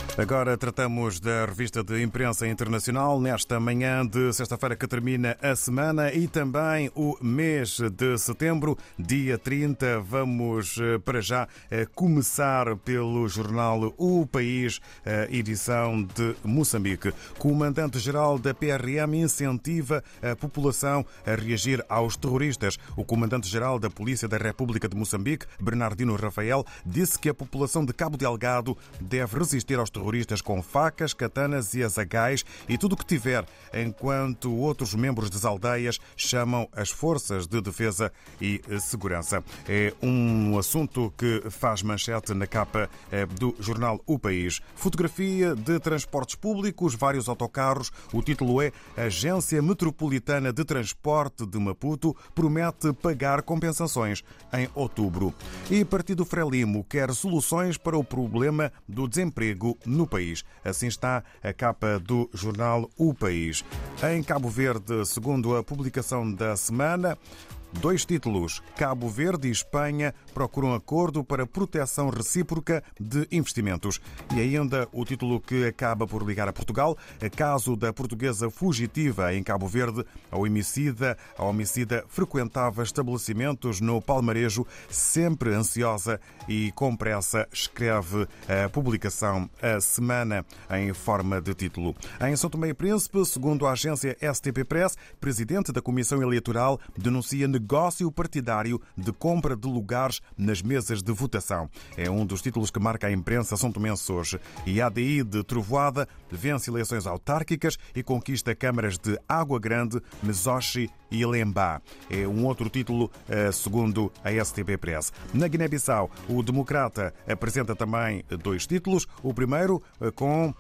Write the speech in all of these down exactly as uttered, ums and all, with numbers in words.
Agora tratamos da revista de imprensa internacional nesta manhã de sexta-feira que termina a semana e também o mês de setembro, dia trinta. Vamos para já começar pelo jornal O País, a edição de Moçambique. Comandante-geral da P R M incentiva a população a reagir aos terroristas. O comandante-geral da Polícia da República de Moçambique, Bernardino Rafael, disse que a população de Cabo Delgado deve resistir aos terroristas com facas, katanas e azagais e tudo o que tiver, enquanto outros membros das aldeias chamam as forças de defesa e segurança. É um assunto que faz manchete na capa do jornal O País. Fotografia de transportes públicos, vários autocarros. O título é Agência Metropolitana de Transporte de Maputo promete pagar compensações em outubro. E Partido Frelimo quer soluções para o problema do desemprego no país. Assim está a capa do jornal O País. Em Cabo Verde, segundo a publicação da semana, dois títulos. Cabo Verde e Espanha procuram acordo para proteção recíproca de investimentos. E ainda o título que acaba por ligar a Portugal, caso da portuguesa fugitiva em Cabo Verde. A homicida, a homicida frequentava estabelecimentos no Palmarejo, sempre ansiosa e com pressa, escreve a publicação A Semana em forma de título. Em São Tomé e Príncipe, segundo a agência S T P Press, presidente da Comissão Eleitoral denuncia negócio partidário de compra de lugares nas mesas de votação. É um dos títulos que marca a imprensa são-tomense hoje. E a A D I de Trovoada vence eleições autárquicas e conquista câmaras de Água Grande, Mesochi e Lembá. É um outro título, segundo a S T P Press. Na Guiné-Bissau, o Democrata apresenta também dois títulos. O primeiro com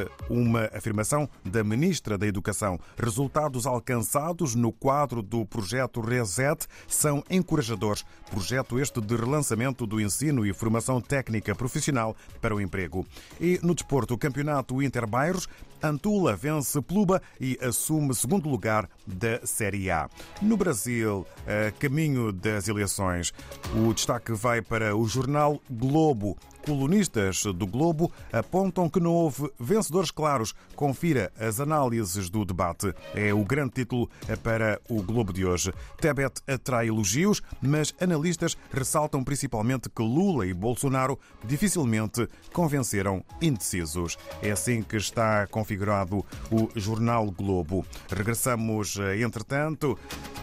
uma afirmação da Ministra da Educação. Resultados alcançados no quadro do projeto Reset são encorajadores. Projeto este de relançamento do ensino e formação técnica profissional para o emprego. E no desporto, o campeonato Interbairros, Antula vence Pluba e assume segundo lugar da Série A. No Brasil, a caminho das eleições, o destaque vai para o jornal Globo. Colunistas do Globo apontam que não houve vencedores claros. Confira as análises do debate. É o grande título para o Globo de hoje. Tebet atrai elogios, mas analistas ressaltam principalmente que Lula e Bolsonaro dificilmente convenceram indecisos. É assim que está configurado o jornal Globo. Regressamos, entretanto,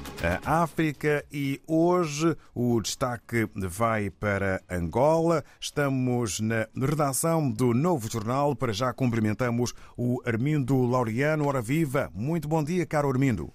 à África e hoje o destaque vai para Angola. Estamos na redação do Novo Jornal. Para já cumprimentamos o Armindo Laureano. Ora viva! Muito bom dia, caro Armindo.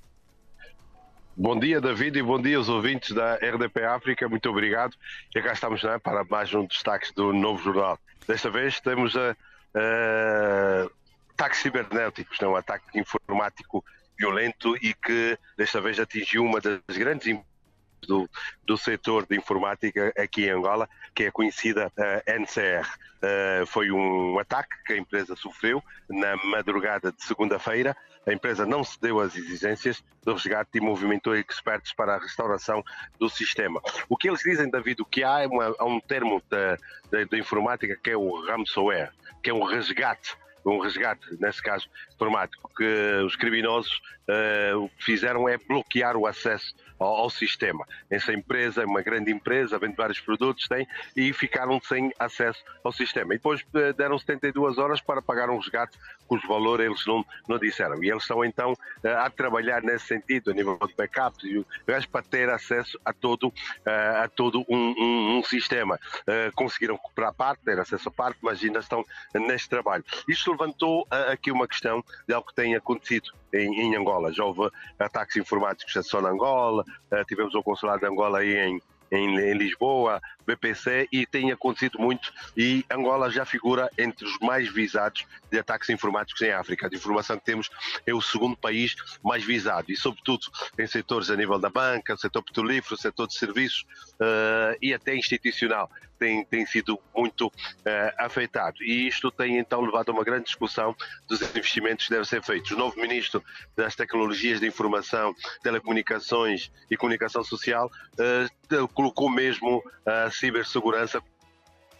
Bom dia, David, e bom dia aos ouvintes da R D P África. Muito obrigado. E cá estamos, não é, para mais um destaque do Novo Jornal. Desta vez temos a, a ataques cibernéticos, não, um ataque informático violento e que desta vez atingiu uma das grandes empresas do, do setor de informática aqui em Angola, que é a conhecida uh, N C R. Uh, foi um ataque que a empresa sofreu na madrugada de segunda-feira. A empresa não cedeu às exigências do resgate e movimentou expertos para a restauração do sistema. O que eles dizem, David, o que há é uma, há um termo da, da, da informática que é o ransomware, que é um resgate um resgate, nesse caso informático, que os criminosos uh, o que fizeram é bloquear o acesso ao, ao sistema. Essa empresa é uma grande empresa, vende vários produtos, tem, e ficaram sem acesso ao sistema. E depois uh, deram setenta e duas horas para pagar um resgate cujo valor eles não, não disseram. E eles estão então uh, a trabalhar nesse sentido, a nível de backups, e para ter acesso a todo, uh, a todo um, um, um sistema. Uh, conseguiram recuperar parte, ter acesso a parte, mas ainda estão neste trabalho. Isto levantou uh, aqui uma questão de algo que tem acontecido em, em Angola. Já houve ataques informáticos só na Angola, uh, tivemos o consulado de Angola aí em, em, em Lisboa, B P C, e tem acontecido muito, e Angola já figura entre os mais visados de ataques informáticos em África. A informação que temos é o segundo país mais visado, e sobretudo em setores a nível da banca, setor petrolífero, setor de serviços uh, e até institucional. Tem, tem sido muito uh, afetado, e isto tem então levado a uma grande discussão dos investimentos que devem ser feitos. O novo Ministro das Tecnologias de Informação, Telecomunicações e Comunicação Social uh, colocou mesmo a cibersegurança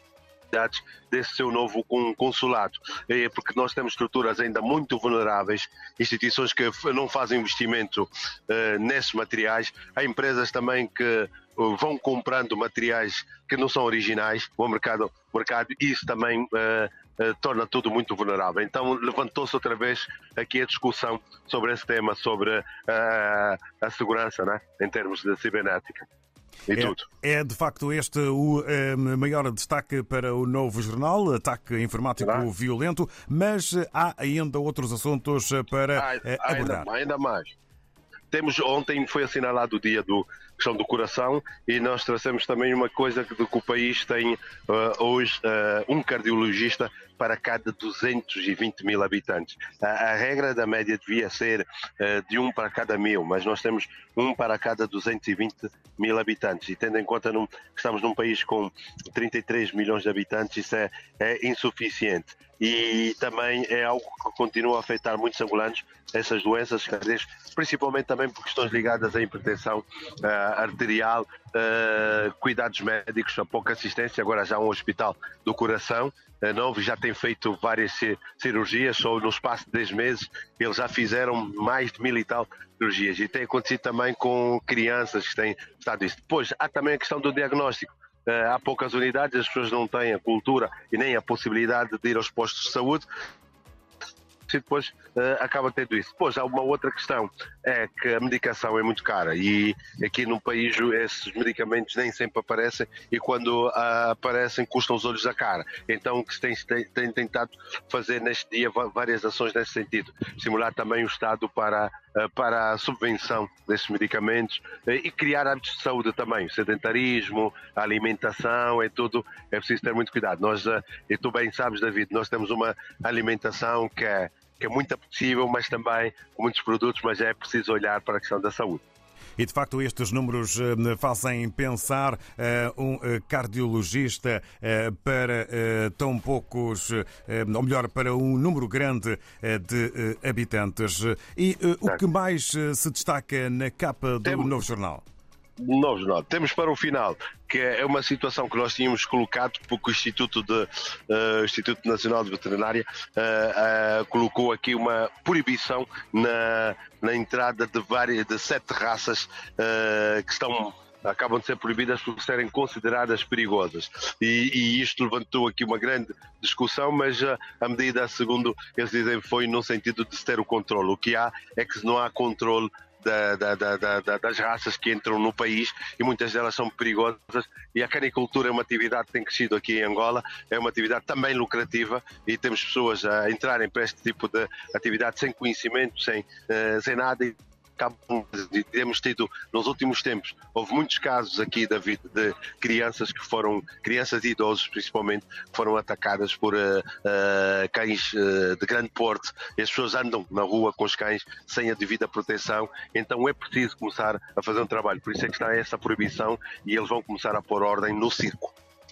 desse seu novo consulado, porque nós temos estruturas ainda muito vulneráveis, instituições que não fazem investimento uh, nesses materiais, há empresas também que vão comprando materiais que não são originais, o mercado, o mercado isso também uh, uh, torna tudo muito vulnerável. Então levantou-se outra vez aqui a discussão sobre esse tema, sobre uh, a segurança, né, em termos de cibernética. É, é de facto este o eh, maior destaque para o novo jornal, ataque informático ah. violento, mas há ainda outros assuntos para ah, eh, abordar. Ainda, ainda mais. Temos, ontem foi assinalado o dia do questão do coração e nós trazemos também uma coisa que, que o país tem uh, hoje uh, um cardiologista para cada duzentos e vinte mil habitantes. A, a regra da média devia ser uh, de um para cada mil, mas nós temos um para cada duzentos e vinte mil habitantes. E tendo em conta num, que estamos num país com trinta e três milhões de habitantes, isso é, é insuficiente. E também é algo que continua a afetar muitos angolanos, essas doenças cardíacas, principalmente também por questões ligadas à hipertensão uh, arterial, uh, cuidados médicos, a pouca assistência. Agora já há um hospital do coração uh, novo, já tem feito várias cirurgias, só no espaço de dez meses eles já fizeram mais de mil e tal cirurgias, e tem acontecido também com crianças que têm estado isso. Depois há também a questão do diagnóstico. Uh, há poucas unidades, as pessoas não têm a cultura e nem a possibilidade de ir aos postos de saúde, e depois uh, acaba tendo isso. Depois há uma outra questão, é que a medicação é muito cara e aqui no país esses medicamentos nem sempre aparecem e quando uh, aparecem custam os olhos da cara. Então o que se tem, tem, tem tentado fazer neste dia várias ações nesse sentido, estimular também o Estado para, uh, para a subvenção desses medicamentos uh, e criar hábitos de saúde também, o sedentarismo, a alimentação, é tudo, é preciso ter muito cuidado. Nós, uh, e tu bem sabes, David, nós temos uma alimentação que é que é muito apetecível, mas também com muitos produtos, mas é preciso olhar para a questão da saúde. E, de facto, estes números fazem pensar uh, um cardiologista uh, para uh, tão poucos, uh, ou melhor, para um número grande uh, de uh, habitantes. E uh, o que mais uh, se destaca na capa do Temos... novo jornal? Novo jornal. Temos para o final, que é uma situação que nós tínhamos colocado porque o Instituto, de, uh, Instituto Nacional de Veterinária uh, uh, colocou aqui uma proibição na, na entrada de, várias, de sete raças uh, que estão acabam de ser proibidas por serem consideradas perigosas. E, e isto levantou aqui uma grande discussão, mas a, a medida, segundo eles dizem, foi no sentido de se ter o controle. O que há é que não há controle Da, da, da, da, das raças que entram no país e muitas delas são perigosas, e a canicultura é uma atividade que tem crescido aqui em Angola, é uma atividade também lucrativa e temos pessoas a entrarem para este tipo de atividade sem conhecimento, sem, uh, sem nada. E temos tido nos últimos tempos, houve muitos casos aqui, David, de crianças que foram, crianças e idosos principalmente, que foram atacadas por uh, uh, cães uh, de grande porte, e as pessoas andam na rua com os cães sem a devida proteção, então é preciso começar a fazer um trabalho, por isso é que está essa proibição e eles vão começar a pôr ordem no circo.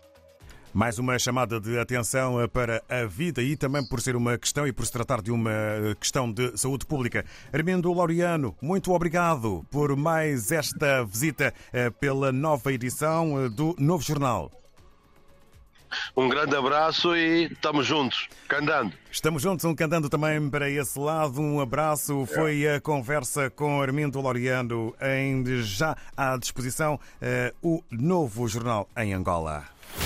Mais uma chamada de atenção para a vida e também por ser uma questão e por se tratar de uma questão de saúde pública. Armindo Laureano, muito obrigado por mais esta visita pela nova edição do Novo Jornal. Um grande abraço e estamos juntos, cantando. Estamos juntos, um cantando também para esse lado. Um abraço. Foi a conversa com Armindo Laureano, em já à disposição uh, o Novo Jornal em Angola.